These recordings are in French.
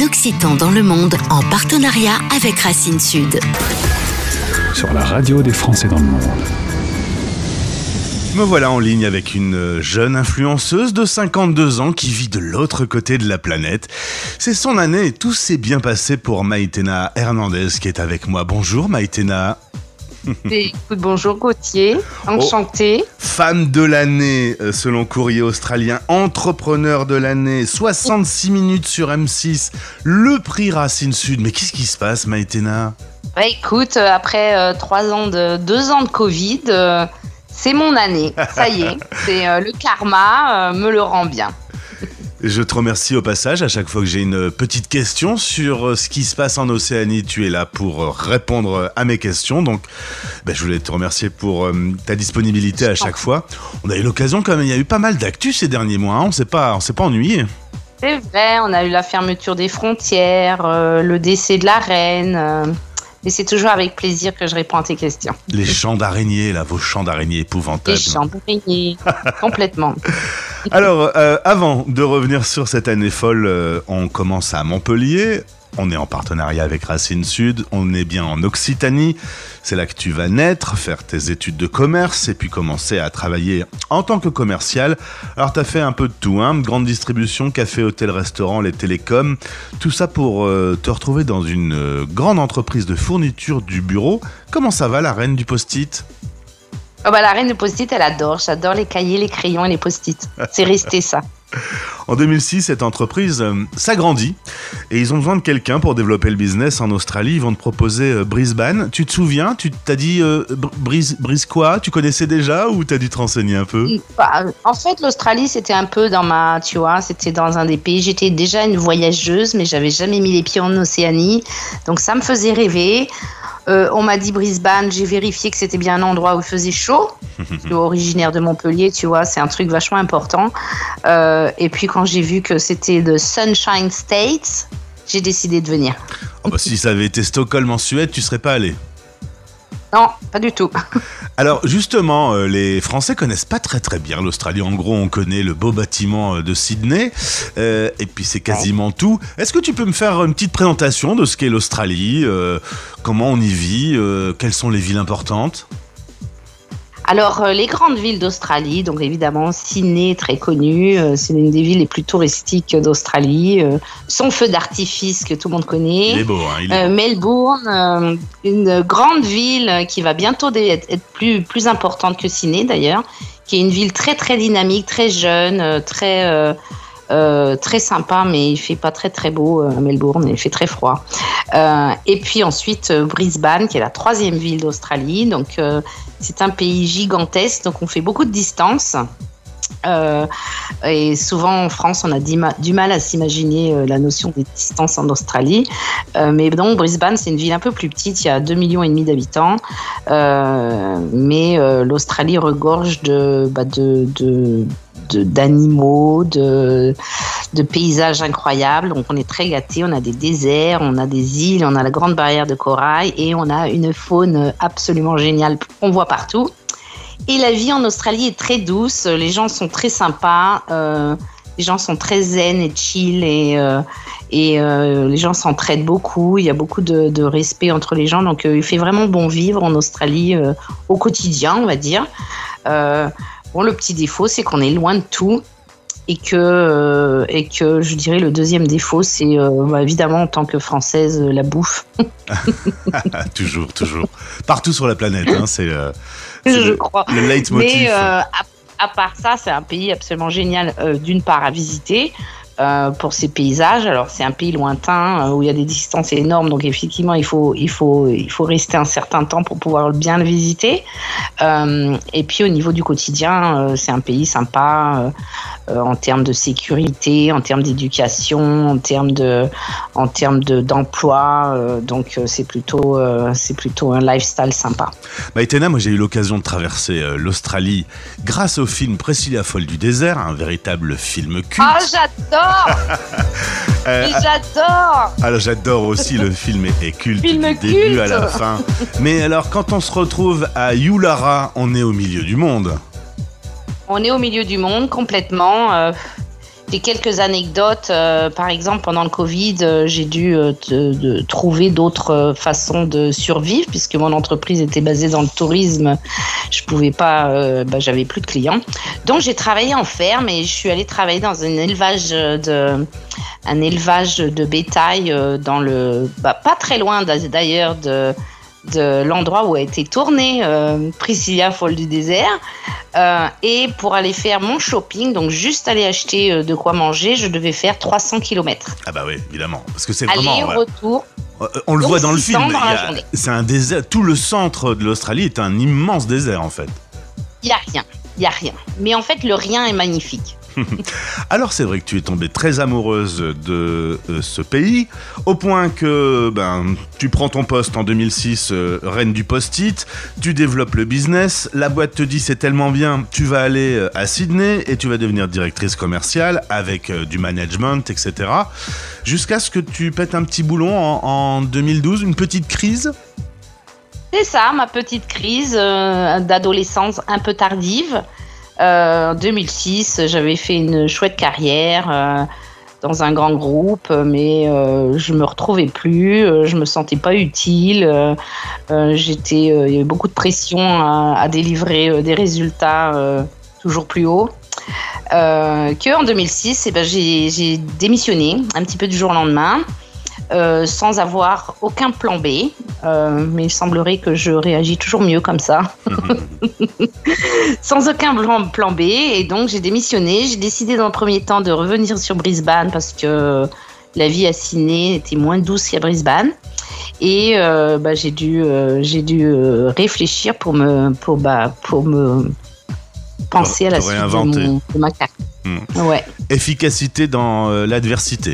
occitan dans le monde en partenariat avec Racine Sud. Sur la radio des Français dans le monde. Me voilà en ligne avec une jeune influenceuse de 52 ans qui vit de l'autre côté de la planète. C'est son année et tout s'est bien passé pour Maïtena Hernandez qui est avec moi. Bonjour Maïtena. Écoute, bonjour Gauthier, enchantée. Femme de l'année selon Courrier Australien, entrepreneur de l'année, 66 minutes sur M6, le prix Racine Sud. Mais qu'est-ce qui se passe Maïtena ? Bah, écoute, après 2 ans de Covid, c'est mon année, ça y est, c'est le karma me le rend bien. Je te remercie au passage. À chaque fois que j'ai une petite question sur ce qui se passe en Océanie, tu es là pour répondre à mes questions. Donc, je voulais te remercier pour ta disponibilité à chaque fois. On a eu l'occasion quand même, il y a eu pas mal d'actu ces derniers mois. On s'est pas ennuyé. C'est vrai, on a eu la fermeture des frontières, le décès de la reine. Mais c'est toujours avec plaisir que je réponds à tes questions. Les champs d'araignées, là, vos champs d'araignées épouvantables. Les champs d'araignées, complètement. Alors, avant de revenir sur cette année folle, on commence à Montpellier. On est en partenariat avec Racine Sud, on est bien en Occitanie. C'est là que tu vas naître, faire tes études de commerce et puis commencer à travailler en tant que commercial. Alors, tu as fait un peu de tout, grande distribution, café, hôtel, restaurant, les télécoms. Tout ça pour te retrouver dans une grande entreprise de fourniture du bureau. Comment ça va, la reine du post-it ? La reine du post-it, elle adore. J'adore les cahiers, les crayons et les post-it. C'est resté ça. En 2006, cette entreprise s'agrandit et ils ont besoin de quelqu'un pour développer le business en Australie. Ils vont te proposer Brisbane. Tu te souviens ? Tu t'as dit Brise quoi ? Tu connaissais déjà ou t'as dû te renseigner un peu ? En fait, l'Australie, c'était un peu c'était dans un des pays. J'étais déjà une voyageuse, mais j'avais jamais mis les pieds en Océanie. Donc ça me faisait rêver. On m'a dit Brisbane, j'ai vérifié que c'était bien un endroit où il faisait chaud. Je suis originaire de Montpellier, tu vois, c'est un truc vachement important. Et puis quand j'ai vu que c'était The Sunshine States, j'ai décidé de venir. Si ça avait été Stockholm en Suède, tu serais pas allé ? Non, pas du tout. Alors justement, les Français connaissent pas très très bien l'Australie. En gros, on connaît le beau bâtiment de Sydney, et puis c'est quasiment tout. Est-ce que tu peux me faire une petite présentation de ce qu'est l'Australie, comment on y vit, quelles sont les villes importantes ? Alors, les grandes villes d'Australie, donc évidemment Sydney, très connue, c'est une des villes les plus touristiques d'Australie. Son feu d'artifice que tout le monde connaît. Il est beau, il est beau. Melbourne, une grande ville qui va bientôt être plus importante que Sydney d'ailleurs, qui est une ville très très dynamique, très jeune, très sympa, mais il fait pas très très beau à Melbourne, il fait très froid. Et puis ensuite Brisbane, qui est la 3e ville d'Australie. Donc c'est un pays gigantesque, donc on fait beaucoup de distance. Et souvent en France, on a du mal à s'imaginer la notion des distances en Australie. Mais donc Brisbane, c'est une ville un peu plus petite, il y a 2,5 millions d'habitants. Mais l'Australie regorge d'animaux, de paysages incroyables. Donc on est très gâtés, on a des déserts, on a des îles, on a la grande barrière de corail et on a une faune absolument géniale qu'on voit partout. Et la vie en Australie est très douce, les gens sont très sympas, les gens sont très zen et chill et les gens s'entraident beaucoup, il y a beaucoup de respect entre les gens, donc il fait vraiment bon vivre en Australie au quotidien, on va dire. Le petit défaut, c'est qu'on est loin de tout et que je dirais le deuxième défaut, c'est évidemment en tant que Française, la bouffe. Toujours. Partout sur la planète, c'est je crois. Le leitmotiv. Mais à part ça, c'est un pays absolument génial, d'une part à visiter. Pour ces paysages. Alors c'est un pays lointain où il y a des distances énormes, donc effectivement il faut rester un certain temps pour pouvoir bien le visiter. Et puis au niveau du quotidien, c'est un pays sympa en termes de sécurité, en termes d'éducation, en termes d'emploi. Donc c'est plutôt un lifestyle sympa. Maïtena, moi j'ai eu l'occasion de traverser l'Australie grâce au film Priscilla folle du désert, un véritable film culte. Ah, j'adore. J'adore. Alors j'adore aussi, le film est culte du début à la fin. Mais alors quand on se retrouve à Yulara, on est au milieu du monde. On est au milieu du monde complètement. J'ai quelques anecdotes. Par exemple, pendant le Covid, j'ai dû trouver d'autres façons de survivre puisque mon entreprise était basée dans le tourisme. Je pouvais pas, j'avais plus de clients. Donc, j'ai travaillé en ferme et je suis allée travailler dans un élevage de bétail pas très loin d'ailleurs de l'endroit où a été tournée Priscilla Folle du désert, et pour aller faire mon shopping, donc juste aller acheter de quoi manger, je devais faire 300 km. Ah bah oui, évidemment, parce que c'est vraiment... Aller-retour. On le voit dans le 600 film, dans la journée. c'est un désert, tout le centre de l'Australie est un immense désert en fait. Il y a rien. Mais en fait, le rien est magnifique. Alors c'est vrai que tu es tombée très amoureuse de ce pays, au point que tu prends ton poste en 2006, reine du post-it, tu développes le business, la boîte te dit c'est tellement bien, tu vas aller à Sydney et tu vas devenir directrice commerciale avec du management, etc. Jusqu'à ce que tu pètes un petit boulon en 2012, une petite crise. C'est ça, ma petite crise d'adolescence un peu tardive. En 2006, j'avais fait une chouette carrière dans un grand groupe, mais je me retrouvais plus, je me sentais pas utile. Il y avait beaucoup de pression à délivrer des résultats toujours plus hauts. En 2006, j'ai démissionné un petit peu du jour au lendemain. Sans avoir aucun plan B, mais il semblerait que je réagis toujours mieux comme ça. Sans aucun plan B, et donc j'ai démissionné. J'ai décidé dans le premier temps de revenir sur Brisbane parce que la vie à Sydney était moins douce qu'à Brisbane. Et j'ai dû réfléchir pour me penser à la suite de ma carrière. Ouais. Efficacité dans l'adversité.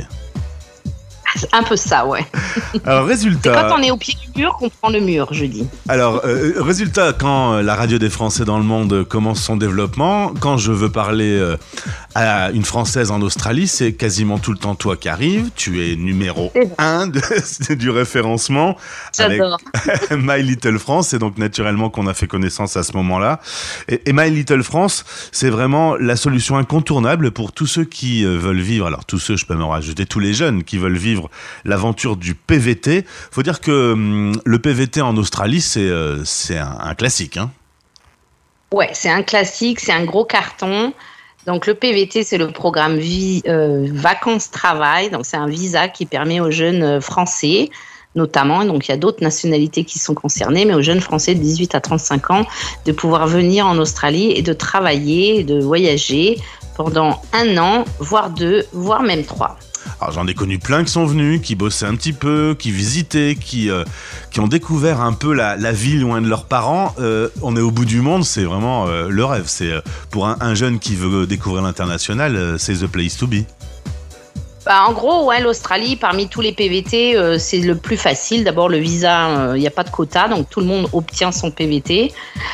Un peu ça, ouais. Alors, résultat... C'est quand on est au pied du mur qu'on prend le mur, je dis. Alors, résultat, quand la radio des Français dans le monde commence son développement, quand je veux parler à une Française en Australie, c'est quasiment tout le temps toi qui arrives. Tu es numéro 1 du référencement. J'adore. Avec My Little France, c'est donc naturellement qu'on a fait connaissance à ce moment-là. Et My Little France, c'est vraiment la solution incontournable pour tous ceux qui veulent vivre. Alors, tous ceux, je peux me rajouter, tous les jeunes qui veulent vivre l'aventure du PVT. Faut dire que le PVT en Australie, c'est un classique. Hein. Ouais, c'est un classique, c'est un gros carton. Donc le PVT, c'est le programme vacances-travail. Donc c'est un visa qui permet aux jeunes français, notamment, donc il y a d'autres nationalités qui sont concernées, mais aux jeunes français de 18 à 35 ans, de pouvoir venir en Australie et de travailler, de voyager pendant 1 an, voire 2, voire même 3. Alors j'en ai connu plein qui sont venus, qui bossaient un petit peu, qui visitaient, qui ont découvert un peu la vie loin de leurs parents. On est au bout du monde, c'est vraiment le rêve. C'est pour un jeune qui veut découvrir l'international, c'est the place to be. En gros, ouais, l'Australie, parmi tous les PVT, c'est le plus facile. D'abord, le visa, il n'y a pas de quota, donc tout le monde obtient son PVT.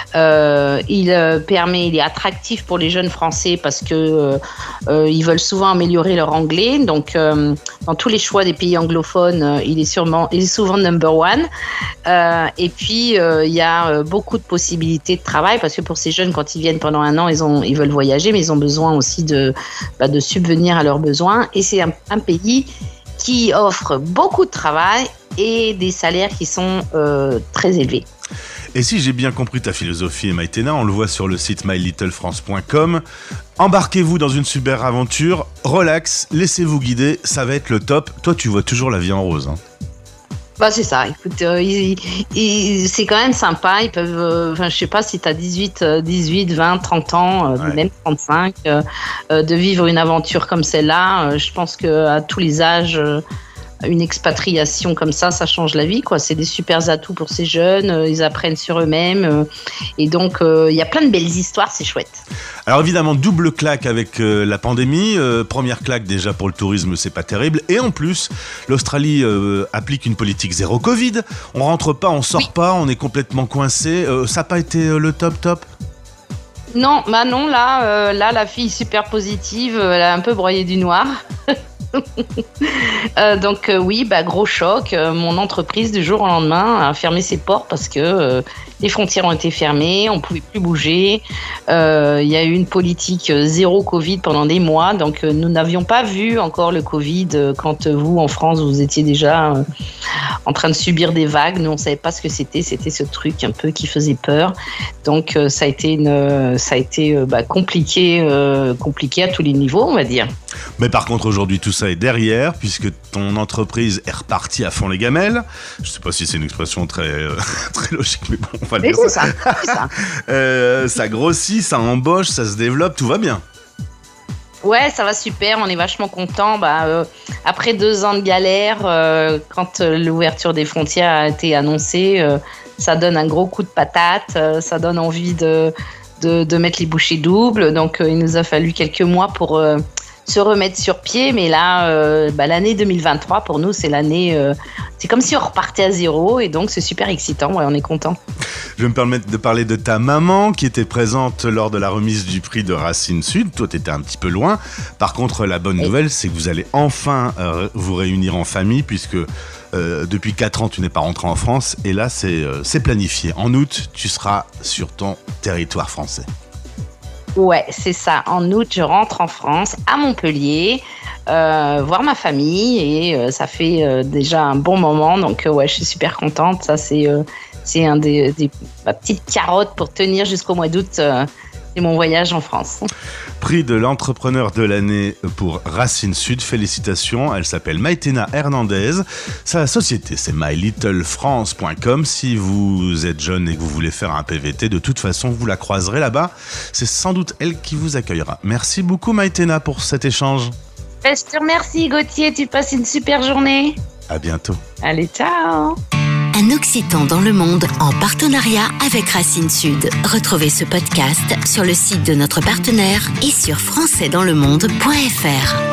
Il est attractif pour les jeunes Français parce que ils veulent souvent améliorer leur anglais. Donc, dans tous les choix des pays anglophones, il est souvent number one. Et puis, il y a beaucoup de possibilités de travail parce que pour ces jeunes, quand ils viennent pendant 1 an, ils veulent voyager, mais ils ont besoin aussi de subvenir à leurs besoins. Et c'est un pays qui offre beaucoup de travail et des salaires qui sont très élevés. Et si j'ai bien compris ta philosophie, Maïtena, on le voit sur le site mylittlefrance.com, embarquez-vous dans une super aventure, relax, laissez-vous guider, ça va être le top. Toi, tu vois toujours la vie en rose. Hein. C'est ça, écoute, c'est quand même sympa, ils peuvent, je sais pas si tu as 18, 20, 30 ans, ouais. Même 35, de vivre une aventure comme celle-là, je pense qu'à tous les âges, une expatriation comme ça change la vie, quoi. C'est des super atouts pour ces jeunes, ils apprennent sur eux-mêmes, et donc il y a plein de belles histoires, c'est chouette. Alors évidemment, double claque avec la pandémie, première claque déjà pour le tourisme, c'est pas terrible, et en plus, l'Australie applique une politique zéro Covid, on rentre pas, on sort pas, on est complètement coincé, ça n'a pas été le top. Non, là, la fille super positive, elle a un peu broyé du noir. Donc oui, gros choc. Mon entreprise du jour au lendemain a fermé ses portes parce que les frontières ont été fermées, on ne pouvait plus bouger. Il y a eu une politique zéro Covid pendant des mois, donc nous n'avions pas vu encore le Covid quand vous, en France, vous étiez déjà en train de subir des vagues. Nous, on ne savait pas ce que c'était ce truc un peu qui faisait peur. Donc ça a été compliqué à tous les niveaux, on va dire. Mais par contre, aujourd'hui, tout ça est derrière, puisque ton entreprise est repartie à fond les gamelles. Je ne sais pas si c'est une expression très logique, mais bon, on va le dire. C'est ça. Ça grossit, ça embauche, ça se développe, tout va bien. Ouais, ça va super, on est vachement contents. Après 2 ans de galère, quand l'ouverture des frontières a été annoncée, ça donne un gros coup de patate, ça donne envie de mettre les bouchées doubles. Donc, il nous a fallu quelques mois pour se remettre sur pied. Mais là, l'année 2023, pour nous, c'est l'année... c'est comme si on repartait à zéro. Et donc, c'est super excitant. Ouais, on est contents. Je vais me permettre de parler de ta maman qui était présente lors de la remise du prix de Racine Sud. Toi, tu étais un petit peu loin. Par contre, la bonne nouvelle, c'est que vous allez enfin vous réunir en famille puisque depuis 4 ans, tu n'es pas rentré en France. Et là, c'est planifié. En août, tu seras sur ton territoire français. Ouais, c'est ça. En août, je rentre en France, à Montpellier, voir ma famille. Et ça fait déjà un bon moment. Donc, je suis super contente. Ça, c'est un ma petite carotte pour tenir jusqu'au mois d'août. C'est mon voyage en France. Prix de l'entrepreneur de l'année pour Racine Sud. Félicitations. Elle s'appelle Maïtena Hernandez. Sa société, c'est mylittlefrance.com. Si vous êtes jeune et que vous voulez faire un PVT, de toute façon, vous la croiserez là-bas. C'est sans doute elle qui vous accueillera. Merci beaucoup, Maïtena, pour cet échange. Je te remercie, Gauthier. Tu passes une super journée. À bientôt. Allez, ciao. Un Occitan dans le monde en partenariat avec Racine Sud. Retrouvez ce podcast sur le site de notre partenaire et sur françaisdanslemonde.fr.